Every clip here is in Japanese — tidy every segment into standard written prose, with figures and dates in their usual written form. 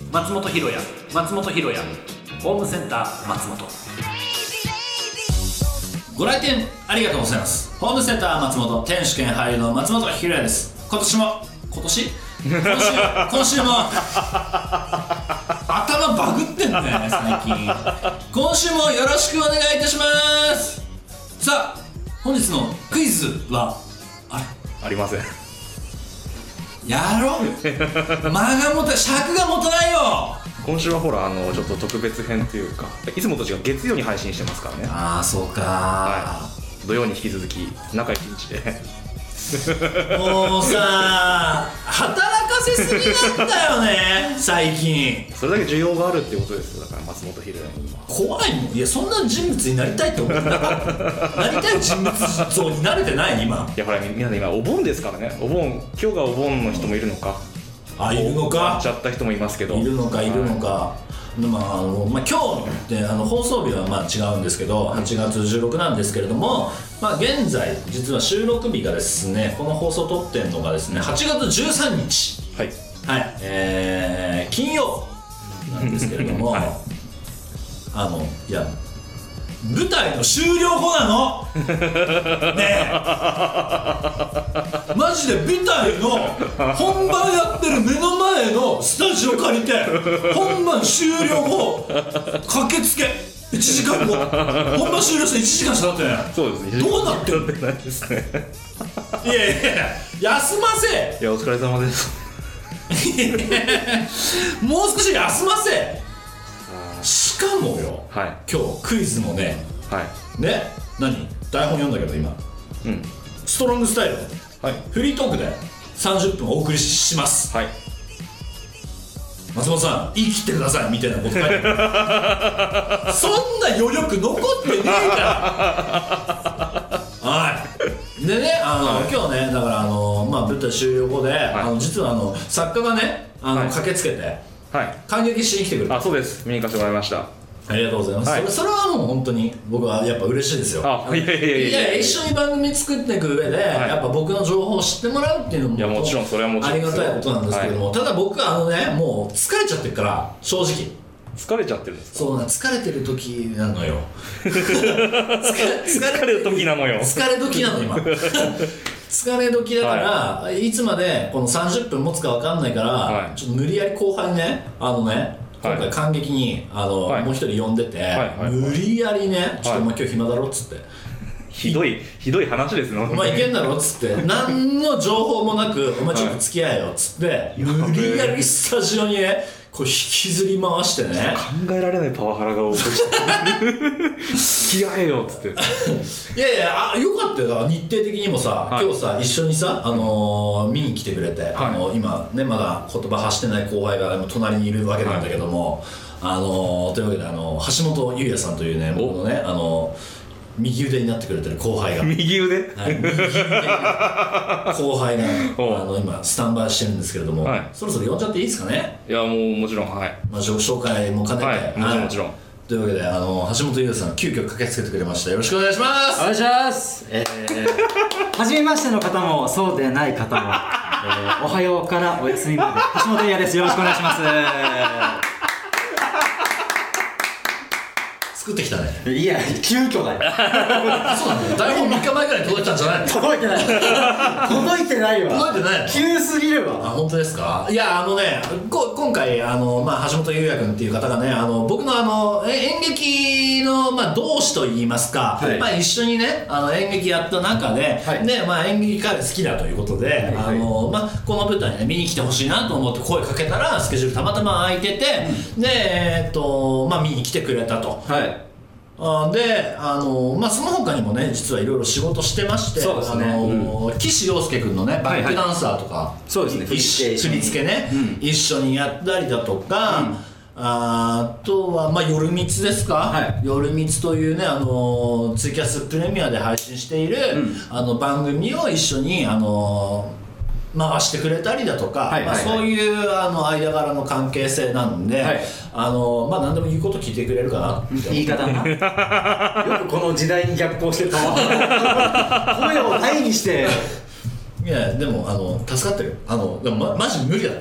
松本ひろやホームセンター松本。ご来店ありがとうございます。ホームセンター松本店主兼俳優の松本ひろやです。今週も頭バグってんだよね最近。今週もよろしくお願いいたします。さあ本日のクイズはありません。 やろう間が持たない、尺が持たないよ。 今週はほらちょっと特別編というか、いつもと違う月曜に配信してますからね。 ああそうか、 はい、土曜に引き続き中1日でもうさ働かせすぎなんだよね最近。 それだけ需要があるってことですよ。だから松本ひろやに今怖いもん。いやそんな人物になりたいって思ってなかったなりたい人物像に慣れてない今。 いやほらみんな今お盆ですからね。今日がお盆の人もいるのか、 いるのか、 終わっちゃった人もいますけど、 いるのか、今日って放送日は違うんですけど、8月16なんですけれども、現在実は収録日がですね、この放送撮ってるのがですね8月13日、金曜なんですけれども、いや舞台の終了後なのねえマジで舞台の本番やってる目の前のスタジオ借りて本番終了後駆けつけ1時間後本番終了して1時間しか経ってない。 そうですね。 どうなってるないですね。 いや休ませ。 いやお疲れ様です。 もう少し休ませ。しかもよ、今日クイズもね、台本読んだけど今、ストロングスタイル、フリートークで30分お送りします。松本さん言い切ってくださいみたいなこと書いてある。そんな余力残ってねえからでね、今日ねだから舞台終了後で、実は作家がね駆けつけて感激しに来てくれた。 そうです。見に行かせてもらいました。 ありがとうございます。それはもう本当に僕はやっぱ嬉しいですよ。いや一緒に番組作っていく上で、やっぱ僕の情報を知ってもらうっていうのもいやもちろんそれはもちろんありがたいことなんですけども、ただ僕はもう疲れちゃってるから正直。 疲れちゃってるんですか？ そうな、疲れてる時なのよ。疲れる時なのよ。 疲れ時なの今。疲れ時だから、いつまでこの30分持つか分かんないから、ちょっと無理やり後輩にね今回感激にもう一人呼んでて、無理やりねちょっとお前今日暇だろっつって、 ひどい話ですね。 お前いけんだろっつって何の情報もなくお前ちょっと付き合えよっつって無理やりスタジオにねこう引きずり回してね、 考えられないパワハラが起こして付き合えよっつって。 いやよかったよ。日程的にもさ、今日さ一緒にさ見に来てくれて、今ねまだ言葉発してない後輩が隣にいるわけなんだけども、というわけで橋本優也さんというね僕のね右腕になってくれてる後輩が右腕後輩が今スタンバイしてるんですけれども、そろそろ呼んじゃっていいですかね。 いやもちろん紹介も兼ねて、 もちろんというわけで橋本優也さん急遽駆けつけてくれました。よろしくお願いします。 お願いします。初めましての方もそうでない方も、おはようからお休みまで橋本優也です。よろしくお願いします。 作ってきたね。 いや急遽だよ。 そうなんだよ。台本3日前ぐらいに届いたんじゃないの？ 届いてないわ。 届いてないの？ 急すぎるわ。 本当ですか？いや今回橋本優也君っていう方がね僕の演劇の同志といいますか、一緒にね演劇やった中で、演劇彼好きだということで、この舞台ね見に来てほしいなと思って声かけたらスケジュールたまたま空いてて、で見に来てくれたと。でその他にもね実はいろいろ仕事してまして、 そうですね、 岸洋介君のねバックダンサーとか、 そうですね、 振り付けね、一緒にやったりだとか、あとは夜光ですか、夜光というねツイキャスプレミアで配信している、番組を一緒に回してくれたりだとか、そういう間柄の関係性なんで、何でも言うこと聞いてくれるかなって言い方な。よくこの時代に逆行してるかも。声を大にして。 いやでも助かってる。でもマジ無理だったもん。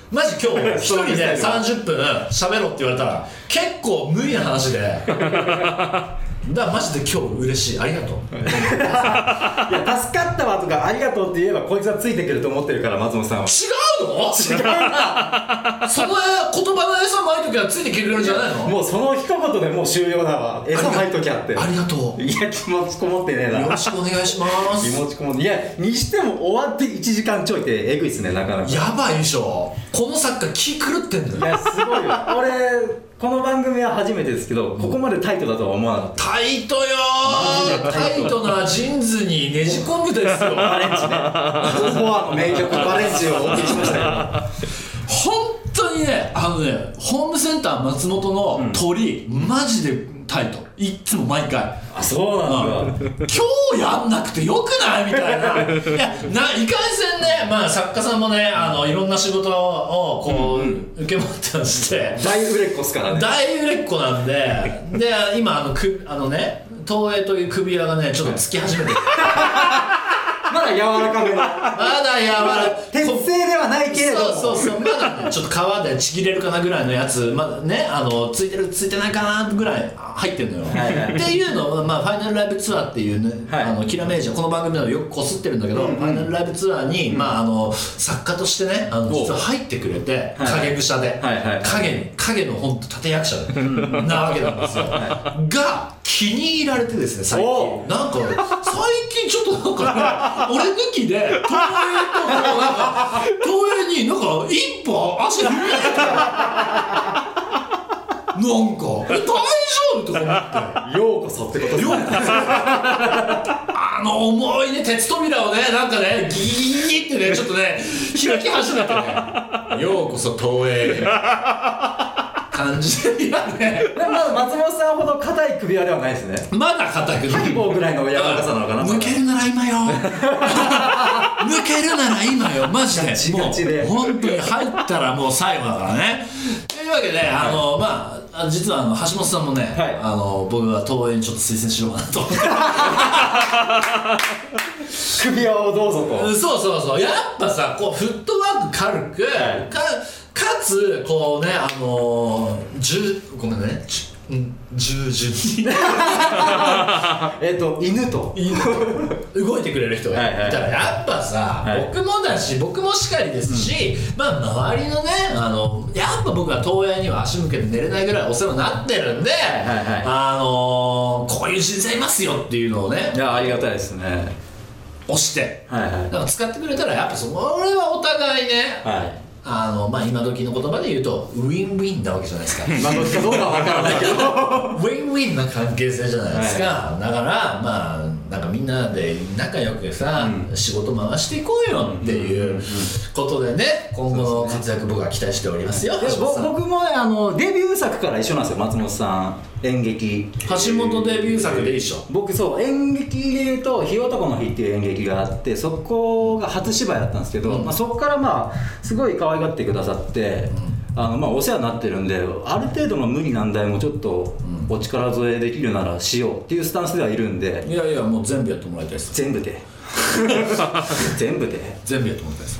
マジ今日一人で30分喋ろうって言われたら結構無理な話でだからマジで今日嬉しい、ありがとう。 いや助かったわとかありがとうって言えばこいつはついてくると思ってるから、松本さんは。 違うの？ 違うな。 その言葉の餌まいときはついてきてくれるんじゃないの？ もうその一言でもう終了だわ。餌まいときゃって。 ありがとう。 いや気持ちこもってねえな。 よろしくお願いします。 気持ちこもって、いやにしても終わって1時間ちょいってえぐいっすね、なかなか。 やばいでしょ、この作家気狂ってんだよ。 いやすごいよ。俺この番組は初めてですけど、ここまでタイトだとは思わなかった。 タイトよー。タイトなジーンズにねじ込むですよ。 バレンチね。ボアの名曲バレンチをお送りしましたよ。 本当にね、ホームセンター松本の鳥、マジでタイト。いっつも毎回。 あ、そうなんだ。 今日やんなくてよくないみたいな。いや、いかんせんね、まあ作家さんもね、いろんな仕事をこう、受け持ってまして。 大売れっ子っすからね。 大売れっ子なんで、で、今東映という首輪がね、ちょっとつき始めてる。 まだ柔らかめの。 まだ柔らかい。 鉄製ではないけれども。 そうまだねちょっと皮でちぎれるかなぐらいのやつ、まだねついてるついてないかなぐらい入ってるのよ。っていうのをファイナルライブツアーっていうね、キラメージャーこの番組でもよくこすってるんだけど、ファイナルライブツアーに作家としてね実は入ってくれて、影武者で影の本当立役者なわけなんですよ。が気に入られてですね、最近なんか最近ちょっとなんかね俺抜きで東映と東映になんか一歩足踏み入れてなんか大丈夫とか思って、 ようこそってことですね。 重いね鉄扉をねなんかねギーギーってねちょっとね開き始めてねようこそ東映感じで、いやね、 でもまだ松本さんほど硬い首輪ではないですね。 まだ硬くない。 ハイボーぐらいの柔らかさなのかな。 抜けるなら今よ抜けるなら今よ、マジでガチガチでもう本当に入ったらもう最後だからね。というわけで、実は橋本さんもね、僕は東映にちょっと推薦しようかなと思って首輪をどうぞと。 そうやっぱさこうフットワーク軽く、かつこうねごめんね従順に犬と動いてくれる人がいたらやっぱさ、僕もだし僕もしかりですし、周りのねやっぱ僕は東映には足向けて寝れないぐらいお世話になってるんで、こういう人材いますよっていうのをね、 いやありがたいですね、 押して、だから使ってくれたらやっぱそれはお互いね、今時の言葉で言うとウィンウィンなわけじゃないですか。 今時かどうかは分からないけどウィンウィンな関係性じゃないですか、だからなんかみんなで仲良くさ、仕事回していこうよっていうことでね、今後の活躍僕は期待しておりますよ。 僕もデビュー作から一緒なんですよ、松本さん。演劇橋本デビュー作で一緒。 僕演劇でいうと「火男の日」っていう演劇があって、そこが初芝居だったんですけど、そこからすごい可愛がってくださって、お世話になってるんで、ある程度の無理難題もちょっとお力添えできるならしようっていうスタンスではいるんで、 いやもう全部やってもらいたいです。 全部で全部やってもらいたいです。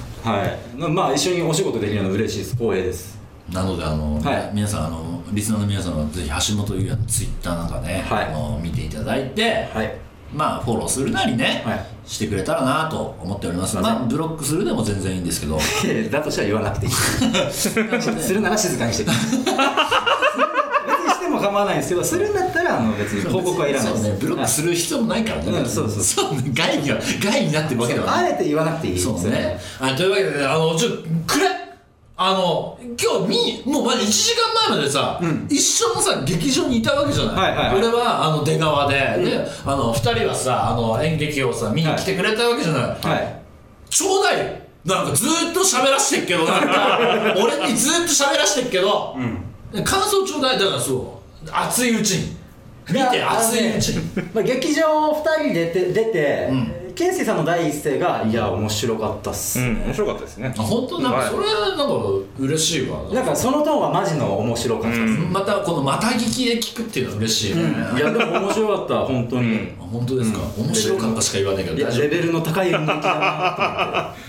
一緒にお仕事できるのは嬉しいです。光栄です。 なので皆さんリスナーの皆さんはぜひ橋本優也のツイッターなんかね、見ていただいて、フォローするなりね、してくれたらなと思っております。ブロックするでも全然いいんですけどだとしたら言わなくていいするなら静かにしてください別にしても構わないんですけど、するんだったら別に報告はいらないです。 ブロックする必要もないからね。害になってるわけではない。 あえて言わなくていいですね。 というわけでくれ今日もう1時間前までさ、一緒のさ劇場にいたわけじゃない。俺は出川で、2人はさ演劇をさ見に来てくれたわけじゃない。ちょうだいよ、なんかずーっと喋らしてっけど、なんか俺にずーっと喋らしてっけど、感想ちょうだい。だから熱いうちに見て、熱いうちに劇場2人出て、ケンシーさんの第一声が「いや面白かったっすね」 面白かったですね。 本当なんかそれなんか嬉しいわ。 なんかそのトーンはマジの面白かったです。 またこのまた聞きで聞くっていうのは嬉しいよね。 いやでも面白かった本当に。 本当ですか。面白かったしか言わないけどレベルの高い演劇だなと思って。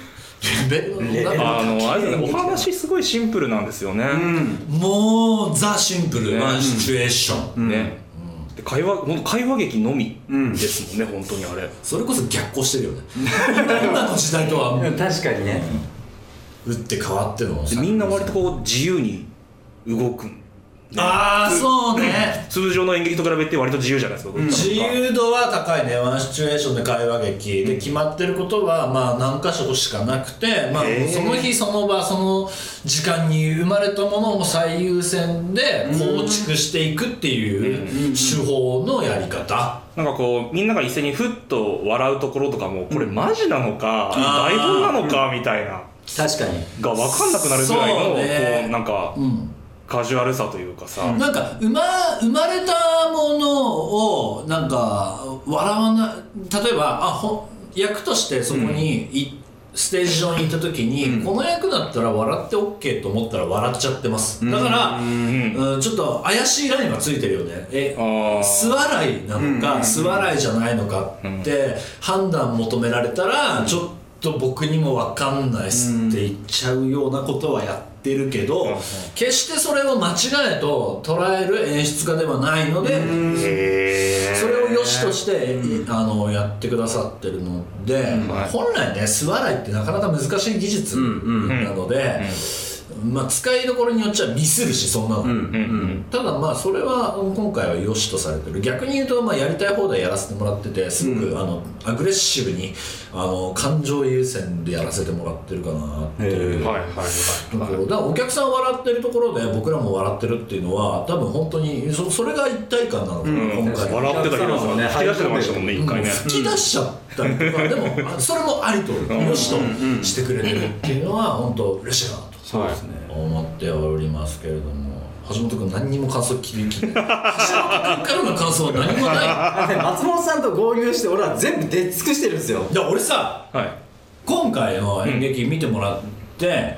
レベルのあれですね、お話すごいシンプルなんですよね、 もうザ・シンプルなシチュエーション、 ね、で会話劇のみですもんね、本当にあれ。 それこそ逆行してるよね今の時代とは確かにね、 打って変わってのでみんな割とこう自由に動くんね、 ああそうね通常の演劇と比べて割と自由じゃないですか、 自由度は高いね。ワンシチュエーションで会話劇で決まってることはまあ何箇所しかなくて、まあ、その日その場その時間に生まれたものを最優先で構築していくっていう手法のやり方。 なんかこうみんなが一斉にふっと笑うところとかもこれマジなのか、台本なのかみたいな確かにが分かんなくなるぐらいの、 ね、 こうなんか、カジュアルさというかさ、 なんか生まれたものをなんか笑わない例えば役としてそこにステージ上に行った時に、この役だったら笑って OK と思ったら笑っちゃってます。だから、ちょっと怪しいラインがついてるよね。素笑いなのか、素笑いじゃないのかって判断求められたら、ちょっと僕にも分かんないっすって言っちゃうようなことはやってるけど、決してそれを間違いと捉える演出家ではないので、それを良しとしてやってくださってるので、本来ね素笑いってなかなか難しい技術なので、まあ、使いどころによっちゃミスるしそんなの、ただまあそれは今回は良しとされてる。逆に言うとまあやりたい放題やらせてもらってて、すごくアグレッシブに感情優先でやらせてもらってるかなっていうところだから、お客さん笑ってるところで僕らも笑ってるっていうのは多分本当にそれが一体感なのかな、今回笑ってたヒロさんね吹き出してましたもんね、一回ね吹き出しちゃったりとかでもそれもありとよしとしてくれてるっていうのは本当嬉しいなとそうですね、 思っておりますけれども、橋本君何にも感想聞いてない。橋本君からの感想は何もない。 松本さんと合流して俺は全部出尽くしてるんですよ。 で俺さ、今回の演劇見てもらって、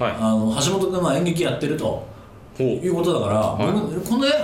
橋本君は演劇やってるということだから、僕このね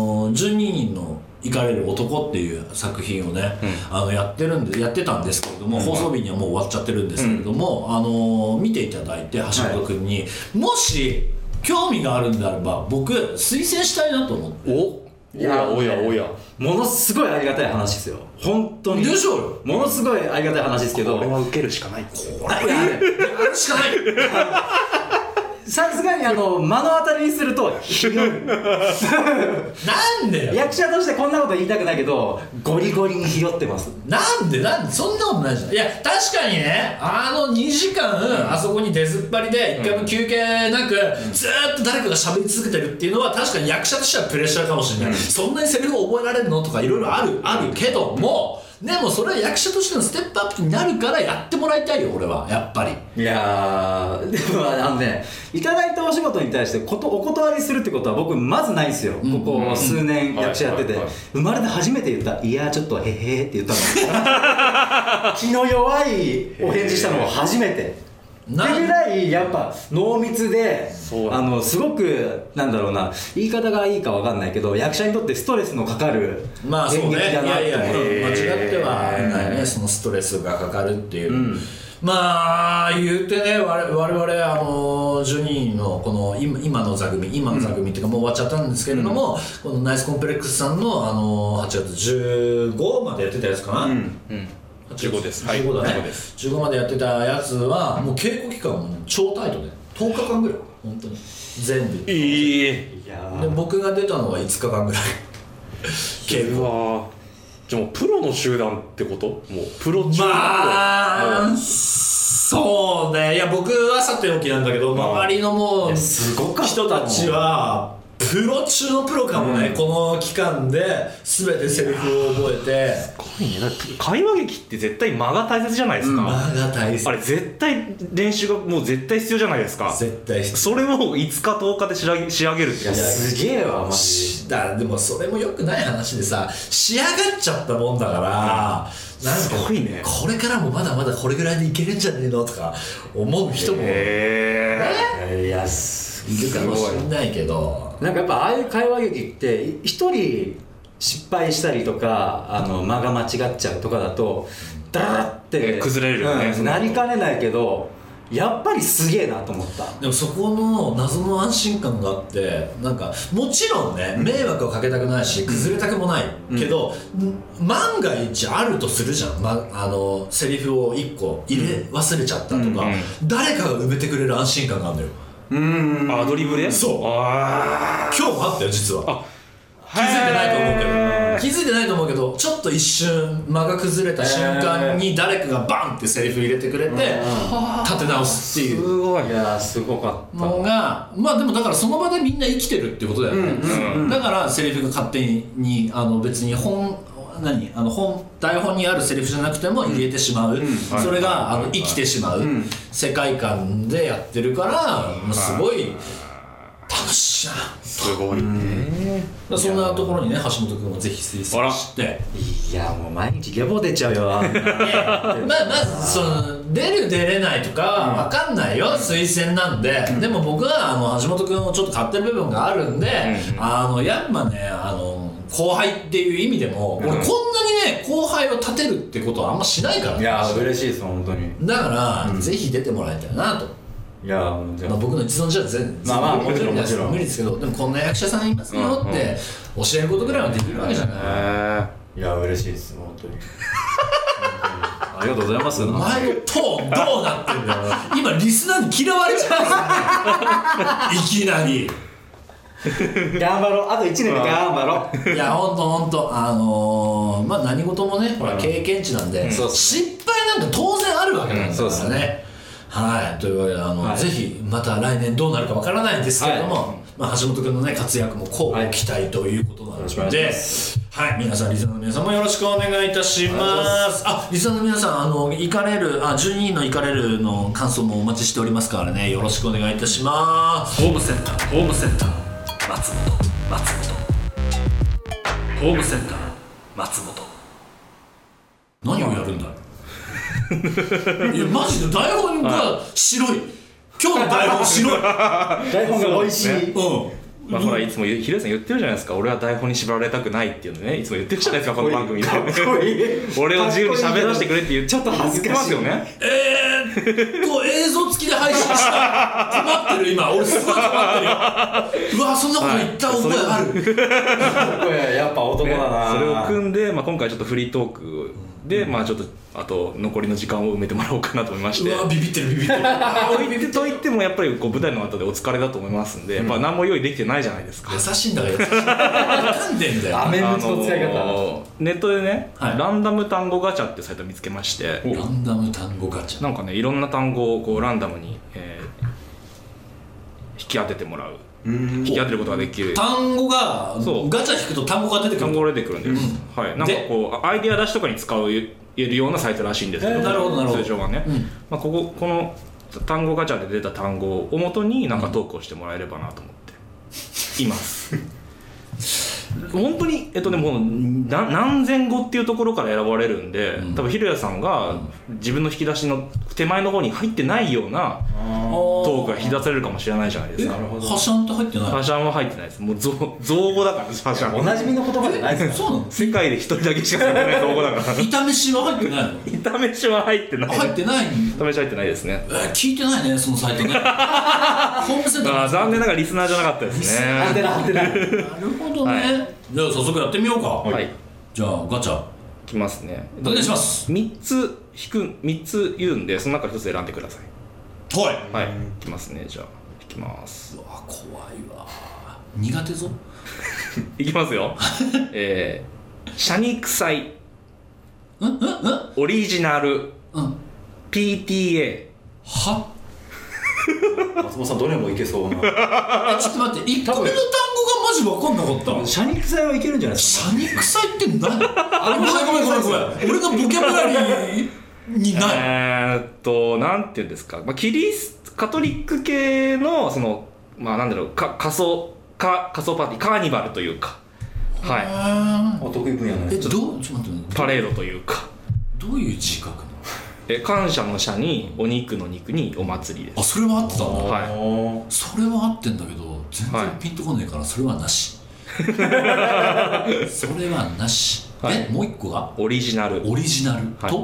12人の行かれる男っていう作品をね、やってたんですけれども、放送日にはもう終わっちゃってるんですけれども、見ていただいて橋本君に、もし興味があるんであれば僕推薦したいなと思って。 おやものすごいありがたい話ですよ、本当に。 でしょうよ。 ものすごいありがたい話ですけど、 これは受けるしかない。 これあるしかないさすがに目の当たりにするとひどいなんでよ。 役者としてこんなこと言いたくないけどゴリゴリにひよってます。 なんでそんなことないじゃん。いや確かにね2時間あそこに出ずっぱりで一回も休憩なくずーっと誰かが喋り続けてるっていうのは確かに役者としてはプレッシャーかもしれない、そんなにセリフを覚えられるのとかいろいろあるけども、でもそれは役者としてのステップアップになるからやってもらいたいよ俺はやっぱり。 いやーでもねいただいたお仕事に対してお断りするってことは僕まずないんですよ、ここ数年役者やってて、生まれて初めて言った「いやちょっとへへ」って言ったの気の弱いお返事したのも初めてってぐらいやっぱ濃密で、すごくなんだろうな、言い方がいいかわかんないけど役者にとってストレスのかかる演劇だなって思う。 間違ってはないね、そのストレスがかかるっていう、まあ言うてね我々12人のこの今の座組っていうかもう終わっちゃったんですけれども、このナイスコンプレックスさんの8月15までやってたやつかな、 15です。 15だね。15までやってたやつはもう稽古期間も超タイトで10日間ぐらい本当に全部。で僕が出たのは5日間ぐらい稽古。 じゃあもうプロの集団ってこと？もうプロ中のプロ。 まあそうね。いや僕はさておきなんだけど、周りのもう人たちはプロ中のプロかもね、この期間で全てセリフを覚えて。 すごいね。だって会話劇って絶対間が大切じゃないですか。 間が大切。 あれ絶対練習がもう絶対必要じゃないですか。 絶対必要。 それを5日10日で仕上げるって。 いやすげえわマジでもそれも良くない話でさ、仕上がっちゃったもんだから、なんかすごいね。 これからもまだまだこれぐらいでいけるんじゃねえのとか思う人もいるかもしれないけど、 なんかやっぱああいう会話劇って一人失敗したりとか間が間違っちゃうとかだとダーって崩れるよね、 なりかねないけど、 やっぱりすげえなと思った。 でもそこの謎の安心感があって、なんかもちろんね迷惑をかけたくないし崩れたくもない、けど万が一あるとするじゃん、セリフを1個入れ忘れちゃったとか、誰かが埋めてくれる安心感があるのよ。 アドリブで？ そう。今日もあったよ実は。気づいてないと思うけどちょっと一瞬間が崩れた瞬間に誰かがバンってセリフ入れてくれて立て直すっていうすごい。いやすごかったのが、まあでもだからその場でみんな生きてるってことだよね。だからセリフが勝手に別に台本にあるセリフじゃなくても入れてしまう、それが生きてしまう世界観でやってるからすごい楽しいな。 すごいね。 そんなところにね橋本君もぜひ推薦して。 いやもう毎日ゲボ出ちゃうよまずその出る出れないとか分かんないよ、推薦なんで、でも僕は橋本君をちょっと買ってる部分があるんで、やっぱね後輩っていう意味でも、俺こんなにね後輩を立てるってことはあんましないから、 いや嬉しいです本当に。 だから、ぜひ出てもらいたいなと。 いや僕の一存じゃ全然もちろん無理ですけど、でもこんな役者さんいますよって教えることぐらいはできるわけじゃない。 いや嬉しいです本当にありがとうございます。 お前のトーンどうなってんだよ今リスナーに嫌われちゃういきなり頑張ろう、あと1年で頑張ろう。 いやほんとまあ何事もねほら経験値なんで、失敗なんか当然あるわけなんだからね。はい、というわけでぜひまた来年どうなるかわからないんですけれども、橋本君のね活躍もこう期待ということなので、はい、皆さんリスナーの皆さんもよろしくお願いいたします。リスナーの皆さん行かれる12人の行かれるの感想もお待ちしておりますからね、よろしくお願いいたします。ホームセンター松本ホームセンター松本何をやるんだいやマジで台本が白い、今日の台本白い台本が美味しい。 まあほらいつもヒデさん言ってるじゃないですか、俺は台本に縛られたくないっていうのね、いつも言ってるじゃないですかこの番組で俺を自由に喋らせてくれってちょっと恥ずかしいよね。 こう映像付きで配信した困ってる今、俺すごい困ってるようわそんなこと言った覚えあるやっぱ男だな、 それを組んで、今回ちょっとフリートークで、ちょっとあと残りの時間を埋めてもらおうかなと思いまして、 うわビビってると言ってもやっぱりこう舞台の後でお疲れだと思いますんで、やっぱ何も用意できてないじゃないですか。 優しいんだからなんでんだよ。 アメンブの使い方、 ネットでね、ランダム単語ガチャってサイト見つけまして、 ランダム単語ガチャなんかねいろんな単語をこうランダムに、引き当ててもらう、引き当てることができる単語がガチャ引くと単語が出てくる、 単語が出てくるんです、はい、なんかこうアイデア出しとかに使えるようなサイトらしいんですけど、 なるほど通常はね、この単語ガチャで出た単語をもとになんかトークをしてもらえればなと思っています本当にでも何千語っていうところから選ばれるんで、多分ひろやさんが自分の引き出しの手前の方に入ってないようなトークが引き出されるかもしれないじゃないですか。 ハシャンって入ってない？ ハシャンは入ってないです。もう造語だからハシャン。 おなじみの言葉じゃないですか。 そうなの？ 世界で一人だけしか使ってない造語だから。 炒飯は入ってないの？ 炒飯は入ってない。 入ってない？ 炒飯入ってないですね。 聞いてないねそのサイトね。ホームセンター。 残念ながらリスナーじゃなかったですね。 合ってない。 なるほどね。じゃあ早速やってみようか。 はい。 じゃあガチャ。 きますね。 お願いします。 3つ言うんでその中1つ選んでください。 はい。 はい。いきますね。じゃあいきます。 うわ怖いわ。苦手ぞ。 いきますよ。シャニ臭い。オリジナル。PTA。 は？ 松本さんどれもいけそうな。 ちょっと待って1個目の単語がマジ分かんなかった。 シャニ臭いはいけるんじゃないですか。 シャニ臭いって何？ごめん俺がボキャブラリーにない。 なんていうんですか、カトリック系のそのなんだろう仮想パーティーカーニバルというか、 はい。お得意分野のやつ。 ちょっと待って。 パレードというか。 どういう字書くの？ 感謝の謝にお肉の肉にお祭りです。 あ、それは合ってたんだ。 はい。 それは合ってんだけど全然ピンとこねえからそれはなし。それはなし。もう一個がオリジナルと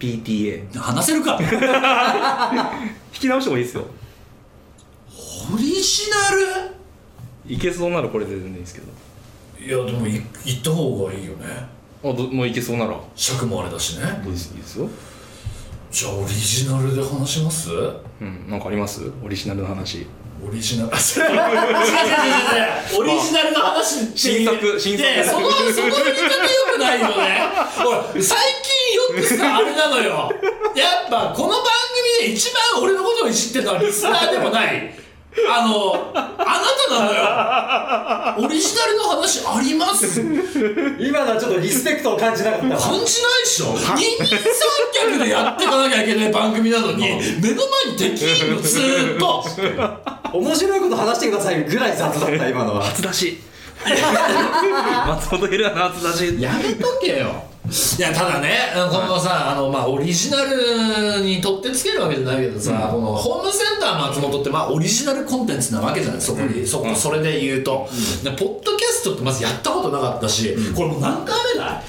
PTA 話せるか引き直してもいいですよ。 オリジナルいけそうならこれで全然いいですけど。 いやでも行った方がいいよね。 もういけそうなら尺もあれだしね。 いいですよ。 じゃあオリジナルで話します？ なんかあります？オリジナルの話。 オリジナル違うオリジナルの話って新作でその言い方良くないよね。俺最近よくさあれなのよ。やっぱこの番組で一番俺のことを知ってるのはリスナーでもないあなたなのよ。オリジナルの話あります？ 今のはちょっとリスペクトを感じなかったわ。 感じないっしょ。二人三脚でやっていかなきゃいけない番組なのに目の前に敵いんのずーっと。 面白いこと話してくださいぐらい雑だった今のは。 初出し松本ヘルアの初出しやめとけよ。いやただねこのさオリジナルに取ってつけるわけじゃないけどさ、このホームセンター松本ってオリジナルコンテンツなわけじゃない。そこにそれで言うと、でポッドキャストってまずやったことなかったし、これもう何回目だ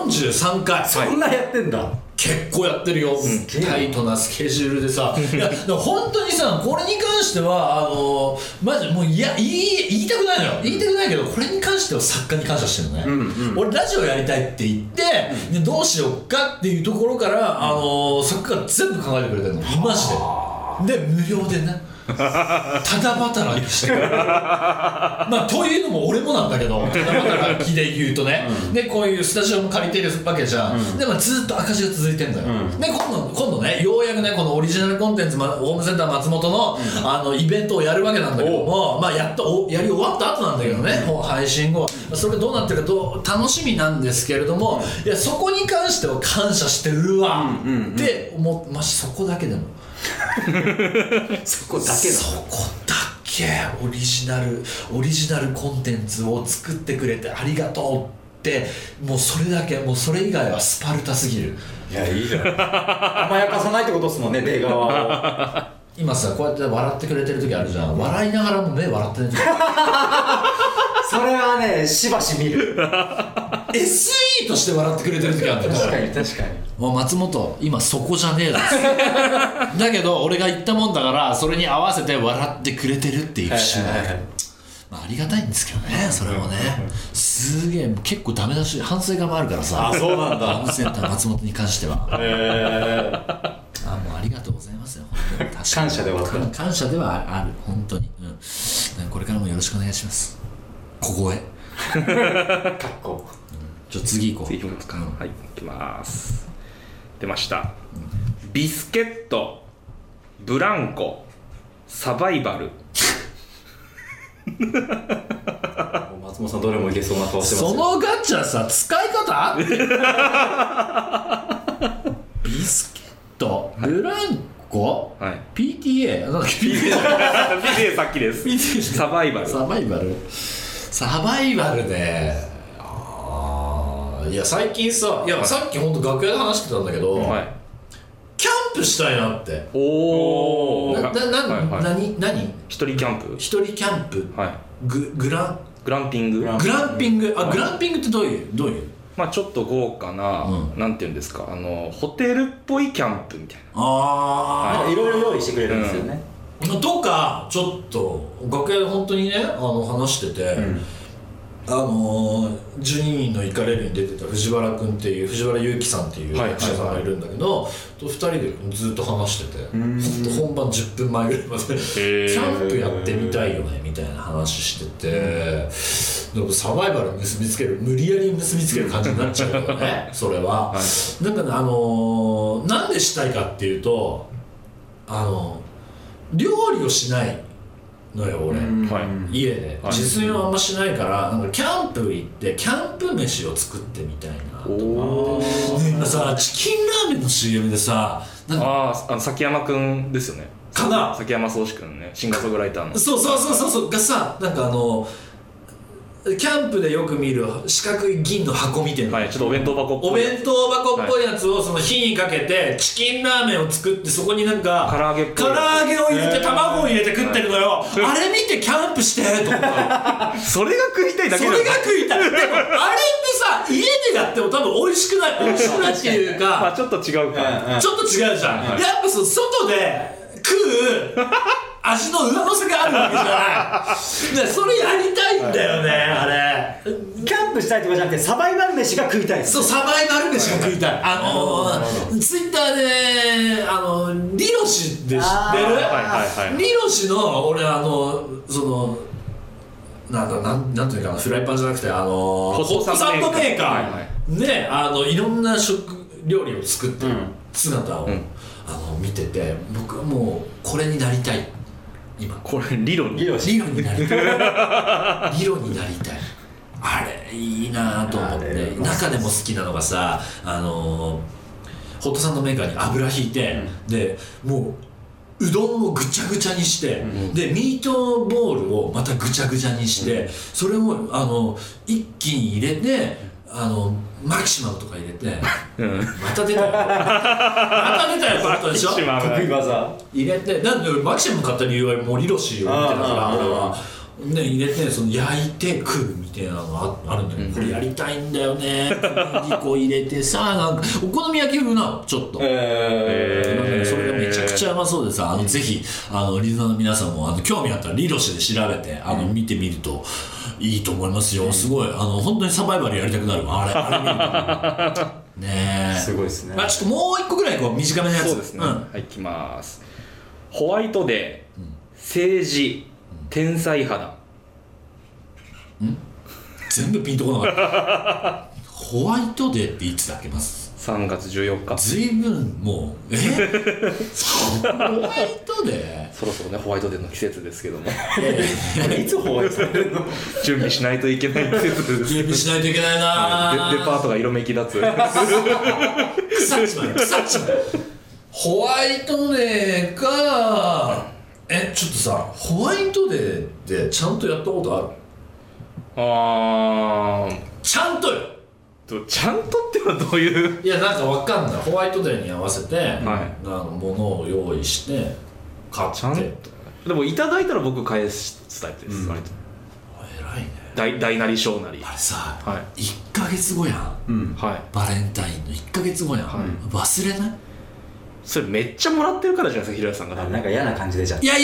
43回。 そんなやってんだ。 結構やってるよ、タイトなスケジュールでさ。いやでも本当にさこれに関してはマジもう言いたくないのよ。言いたくないけどこれに関しては作家に感謝してるのね。俺ラジオやりたいって言って、でどうしようかっていうところから作家が全部考えてくれてるのマジで。で無料でねただ働きしてるというのも俺もなんだけど、ただ働きで言うとね、でこういうスタジオも借りてるわけじゃん、でずっと赤字が続いてんだよ、で今度ねようやくねこのオリジナルコンテンツホームセンター松本の、イベントをやるわけなんだけども、やっとやり終わった後なんだけどね、配信後それどうなってるか楽しみなんですけれども、いやそこに関しては感謝してるわって思って、そこだけでもそこだけオリジナルコンテンツを作ってくれてありがとうってもうそれだけ、もうそれ以外はスパルタすぎる。 いやいいじゃん甘やかさないってことですもんね出川を今さこうやって笑ってくれてる時あるじゃん、笑いながらも目笑ってる時それはねしばし見る SE として笑ってくれてる時あるんだよ。 確かにもう松本今そこじゃねえだだけど俺が言ったもんだからそれに合わせて笑ってくれてるっていう節がある。ありがたいんですけどね、それもね。すげえ結構ダメだし反省がもあるからさ。 そうなんだ。 ホームセンター松本に関してはもうありがとうございますよ本当に。 感謝では感謝ではある本当に、これからもよろしくお願いします。小声かっこじゃあ次行こう。 次行きますか、はい行きます。出ました、ビスケット、ブランコ、サバイバル松本さんどれもいけそうな顔してますよ。 そのガチャさ使い方ビスケット、ブランコ、 はい、 PTA なんだっけ PTA さっきです。サバイバルでいや最近さ、いやさっきほんと楽屋で話してたんだけど、 はい、 キャンプしたいなって。 おー何一人キャンプ、 一人キャンプ、 はい、 グランピンググランピングってどういうちょっと豪華な、なんていうんですかホテルっぽいキャンプみたいな。 いろいろ用意してくれるんですよね、 とかちょっと楽屋で本当にね話してて、12人のイカれるに出てた藤原君っていう藤原裕樹さんっていう役者さんがいるんだけど、2人でずっと話してて、本番10分前ぐらいまでキャンプやってみたいよねみたいな話してて、でもサバイバルに無理やり結びつける感じになっちゃうけどねそれは、なんかねなんでしたいかっていうと料理をしないのよ俺、家で自炊をあんましないから、なんかキャンプ行ってキャンプ飯を作ってみたいなと思って。今さチキンラーメンの CM でさ、 崎山くんですよね。 かな、 崎山宗志くんね、シンガーソングライターの。 そうがさ、なんかキャンプでよく見る四角い銀の箱みたいな、 はい、ちょっとお弁当箱っぽいお弁当箱っぽいやつをその火にかけてチキンラーメンを作って、そこになんか唐揚げっぽい唐揚げを入れて卵を入れて食ってるのよ、あれ見てキャンプしてと思ったそれが食いたいだけだそれが食いたい。でもあれってさ家でやっても多分美味しくない美味しくないっていうまあかちょっと違うかちょっと違うじゃん、やっぱその外で食う味の上乗せがあるわけじゃないでそれやりたいんだよね、あれキャンプしたいとかじゃなくてサバイバル飯が食いたい。 そう、サバイバル飯が食いたい。ツイッターでリロシで知ってる？リロシの俺そのなんていうかな、フライパンじゃなくてホットサンドメーカーでいろんな料理を作ってる姿を見てて、僕はもうこれになりたい。今これリロになりたい。リロになりたい。あれいいなと思って、中でも好きなのがさ、ホットサンドメーカーに油引いて、でもううどんをぐちゃぐちゃにして、でミートボールをまたぐちゃぐちゃにして、それを一気に入れてマキシマムとか入れて、また出たよってことでしょ。 得意技入れて、なんでマキシマム買った理由はもうリロシを見てたから俺はね、入れてその焼いて食うみたいなのがあるんだけど、これやりたいんだよね。小麦粉入れてさ、なんかお好み焼き風なのちょっと、それがめちゃくちゃうまそうでさ、ぜひリスナーの皆さんも興味あったらリロシで調べて見てみるといいと思いますよ。すごい本当にサバイバルやりたくなるあれ見るとねえ、 すごいですね。 ちょっともう一個ぐらい短めのやつ。 そうですね、はい、いきます。ホワイトデー、政治、天才肌。 全部ピンとこなかったホワイトデーっていつだっけます 3月14日。 ずいぶんもうホワイトデーそろそろねホワイトデーの季節ですけどもいつホワイトデーの準備しないといけない季節です。 準備しないといけないな、 デパートが色めき立つ腐っちまうホワイトデーか。ちょっとさ、ホワイトデーってちゃんとやったことある？ちゃんとよ。 ちゃんとってのはどういう？ いやなんかわかんない。ホワイトデーに合わせて、物を用意して買って。ちゃんとでもいただいたら僕返すタイプです。割と偉いね。 大なり小なり。 あれさ、1ヶ月後やん、バレンタインの1ヶ月後やん、忘れない？ それめっちゃもらってるからじゃないですか、ひろやさんが。 なんか嫌な感じでじゃん。 いや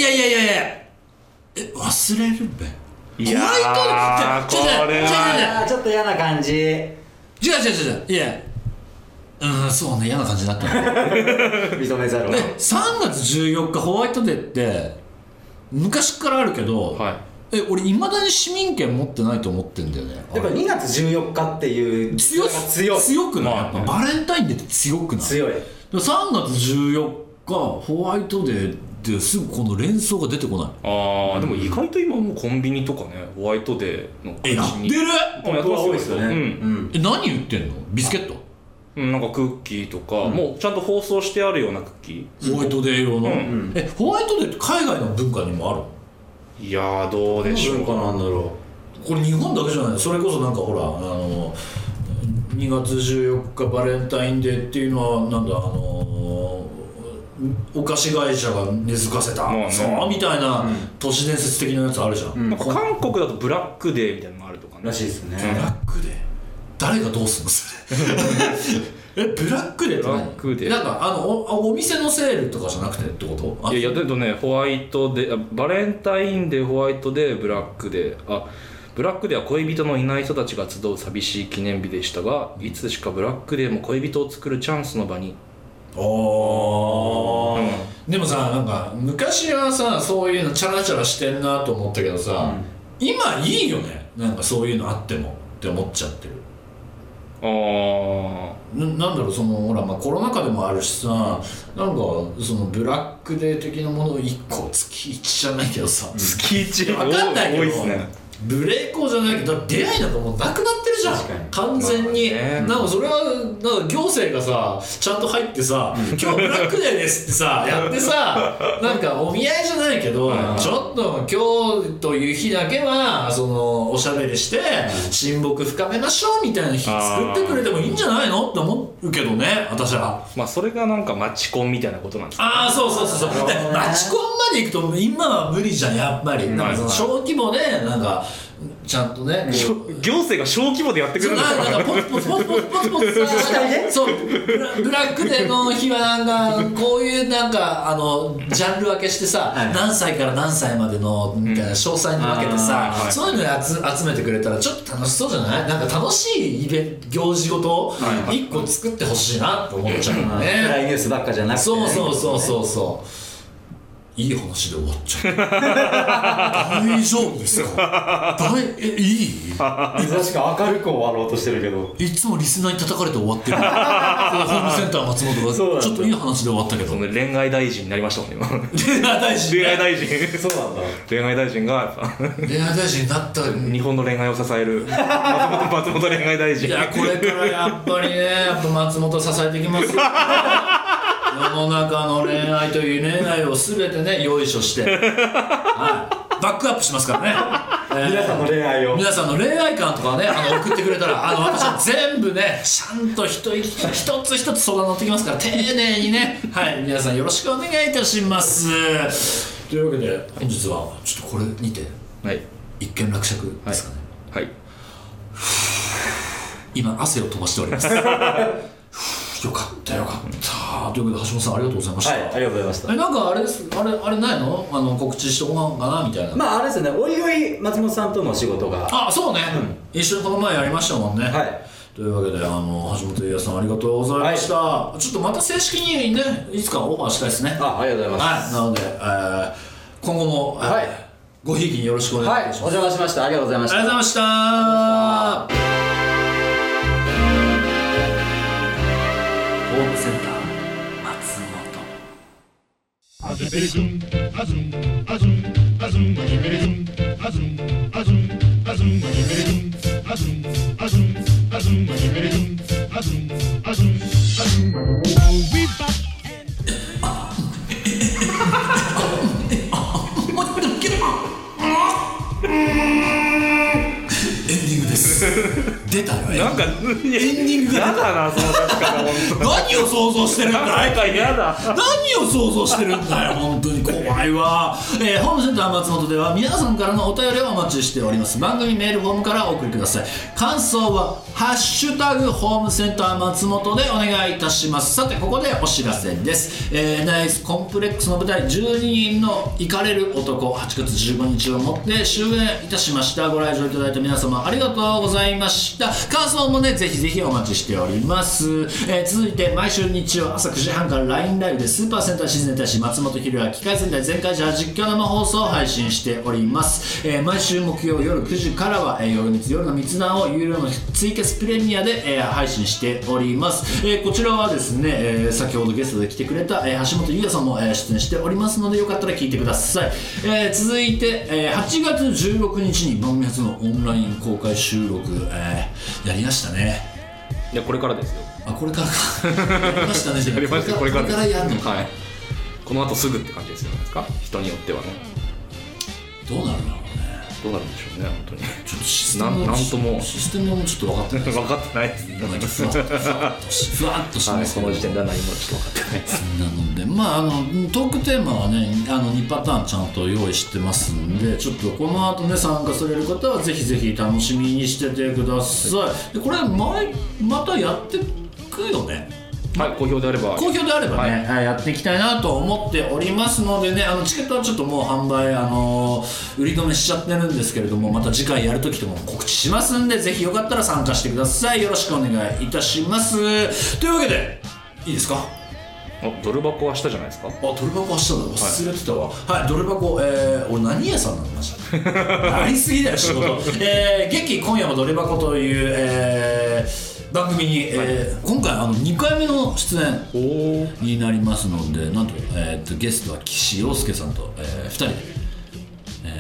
忘れるべ。 いやーこれはちょっと嫌な感じ。 違ういやそうね、嫌な感じになった認めざるを。 3月14日ホワイトデーって昔からあるけど、俺いまだに市民権持ってないと思ってんだよね。 やっぱ2月14日っていう強くない？やっぱバレンタインデーって強くない？強い。3月14日ホワイトデーってすぐこの連想が出てこない。 でも意外と今もうコンビニとかねホワイトデーの感じにやってる？ やってますよ。多いですよね。 何言ってんの？ビスケット？ なんかクッキーとか、もうちゃんと包装してあるようなクッキー。 ホワイトデー用の。ホワイトデーって海外の文化にもある？ いやーどうでしょうか。 なんだろう。これ日本だけじゃない。それこそなんかほら2月14日バレンタインデーっていうのはなんだお菓子会社が根付かせた、そうみたいな都市伝説的なやつあるじゃん。 なんか韓国だとブラックデーみたいなのもあるとかね。 らしいですね。 ブラックデー誰がどうすんのそれブラックデーって何？ブラックデーなんかお店のセールとかじゃなくてってこと？ いやだけどね、ホワイトデー、バレンタインデー、ホワイトデー、ブラックデー、ブラックデーは恋人のいない人たちが集う寂しい記念日でしたが、いつしかブラックデーも恋人を作るチャンスの場に。 でもさ、なんか昔はさそういうのチャラチャラしてんなと思ったけどさ、今いいよね、なんかそういうのあってもって思っちゃってる。なんだろう、そのほら、コロナ禍でもあるしさ、なんかそのブラックデー的なものを1個月1じゃないけどさ、 月1 分かんないけど多いっすね。 ブレイコーじゃないけど出会いなんかもうなくなってるじゃん完全に、なんかそれはなんか行政がさちゃんと入ってさ、今日ブラックデーですってさやってさ、なんかお見合いじゃないけど、ちょっと今日という日だけはそのおしゃべりして親睦深めましょうみたいな日作ってくれてもいいんじゃないのって思うけどね、私は。 まあそれがなんかマチコンみたいなことなんですかね。 ああそうでマチコンまで行くと今は無理じゃんやっぱり。なんかその小規模でなんかちゃんとね行政が小規模でやってくるんですか。 なんかポツポツそうブラックデーの日はなんかこういうなんかジャンル分けしてさ、何歳から何歳までのみたいな詳細に分けてさ、そういうの集めてくれたらちょっと楽しそうじゃない？なんか楽しい行事ごと1個作ってほしいなって思っちゃうよね。 暗いニュースばっかじゃなくて、 そういい話で終わっちゃう大丈夫ですか？いい？ 確か明るく終わろうとしてるけど、 いつもリスナーに叩かれて終わってるホームセンター松本がちょっといい話で終わったけど、 恋愛大臣になりましたもんね今。 恋愛大臣そうなんだ。 恋愛大臣がやっぱ恋愛大臣になった日本の恋愛を支える松本恋愛大臣。 いやこれからやっぱりね松本支えていきますよ世の中の恋愛という恋愛を全てねよいしょして、バックアップしますからね、 皆さんの恋愛を、 皆さんの恋愛観とかね送ってくれたら私は全部ねちゃんと一つ一つ相談乗ってきますから丁寧にね、皆さんよろしくお願いいたします。というわけで本日はちょっとこれにて一件落着ですかね。 はい、 今汗を飛ばしておりますよかったということで橋本さんありがとうございました。 ありがとうございました。 なんかあれですあれないの告知しておかんかなみたいな。 まああれですよね、おいおい松本さんとの仕事がそうね、一緒にこの前やりましたもんね。というわけで橋本優也さんありがとうございました。ちょっとまた正式にねいつかオファーしたいですね。 ありがとうございます。 なので今後もごひいきによろしくお願いいたします。 お邪魔しました。ありがとうございました。 ありがとうございました。ホームセンター松本。 始めるズンハズンハズンハズン始めるズンハズンハズンハズン始めるズンハズンハズンハズン始めるズンハズンハズンハズンエンディングです出たよなんかエンディングがやだなその確かに本当何を想像してるんだなんかやだ何を想像してるんだよ本当に怖いわ。ホームセンター松本では皆さんからのお便りをお待ちしております。番組メールフォームからお送りください。感想はハッシュタグホームセンター松本でお願いいたします。さてここでお知らせです。ナイスコンプレックスの舞台12人のイカれる男8月15日をもって終演いたしました。ご来場いただいた皆様ありがとうございました。感想もねぜひぜひお待ちしております。続いて毎週日曜朝9時半から LINE ライブでスーパーセンター自然大使松本ひろや機械戦隊全開ジャー実況生放送を配信しております。毎週木曜夜9時からは、夜の密談を有料のツイキャスプレミアで、配信しております。こちらはですね、先ほどゲストで来てくれた、橋本優也さんも、出演しておりますのでよかったら聞いてください。続いて、8月16日に番組初のオンライン公開収録、やりましたね。 いやこれからですよ。 これからかやりましたね。 やりましたこれからやるのか。 この後すぐって感じですよね。人によってはね。 どうなるんだろうね。 どうなるんでしょうね本当に。 ちょっとシステムなんともシステムもちょっと分かってないです。 分かってないです。 ふわっとしますこの時点では何もちょっと分かってないです。 なのでトークテーマはね2パターンちゃんと用意してますんで、ちょっとこの後ね参加される方はぜひぜひ楽しみにしててください。でこれまたやってくよね。 好評であればね、やっていきたいなと思っておりますのでね、チケットはちょっともう販売、売り止めしちゃってるんですけれども、また次回やるときとも告知しますんで、ぜひよかったら参加してください。よろしくお願いいたします。というわけでいいですか。 ドル箱は明日じゃないですか。 ドル箱は明日だ、忘れてたわ。ドル箱、俺何屋さんなのマジでありすぎだよ仕事劇今夜もドル箱という、番組に、今回2回目の出演になりますので、なんと、ゲストは岸洋介さんと、2人で、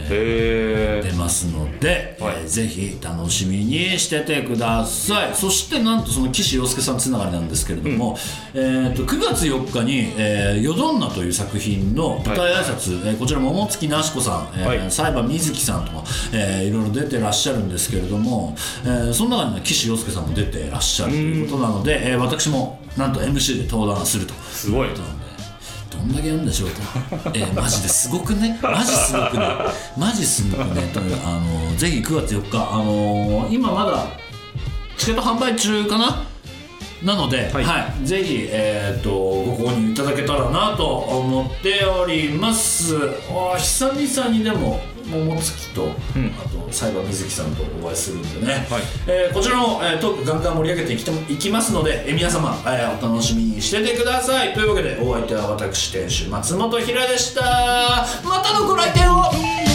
出ますので、ぜひ楽しみにしててください。そしてなんとその岸洋介さんつながりなんですけれども、9月4日に、よどんなという作品の舞台挨拶、こちら桃月なし子さん、サイバー水木さんとも、いろいろ出てらっしゃるんですけれども、その中には岸洋介さんも出てらっしゃるということなので、私もなんと MC で登壇すると。 すごい。 どんだけやるんでしょうとマジですごくねマジすごくねとぜひ9月4日、今まだチケット販売中かなので、ぜひ、ご購入いただけたらなと思っております。久々にでも桃月と、あとサイバー水木さんとお会いするんでね、こちらの、トークガンガン盛り上げていきますので、皆様、お楽しみにしててください。というわけでお相手は私店主松本ひらでした。またのご来店を。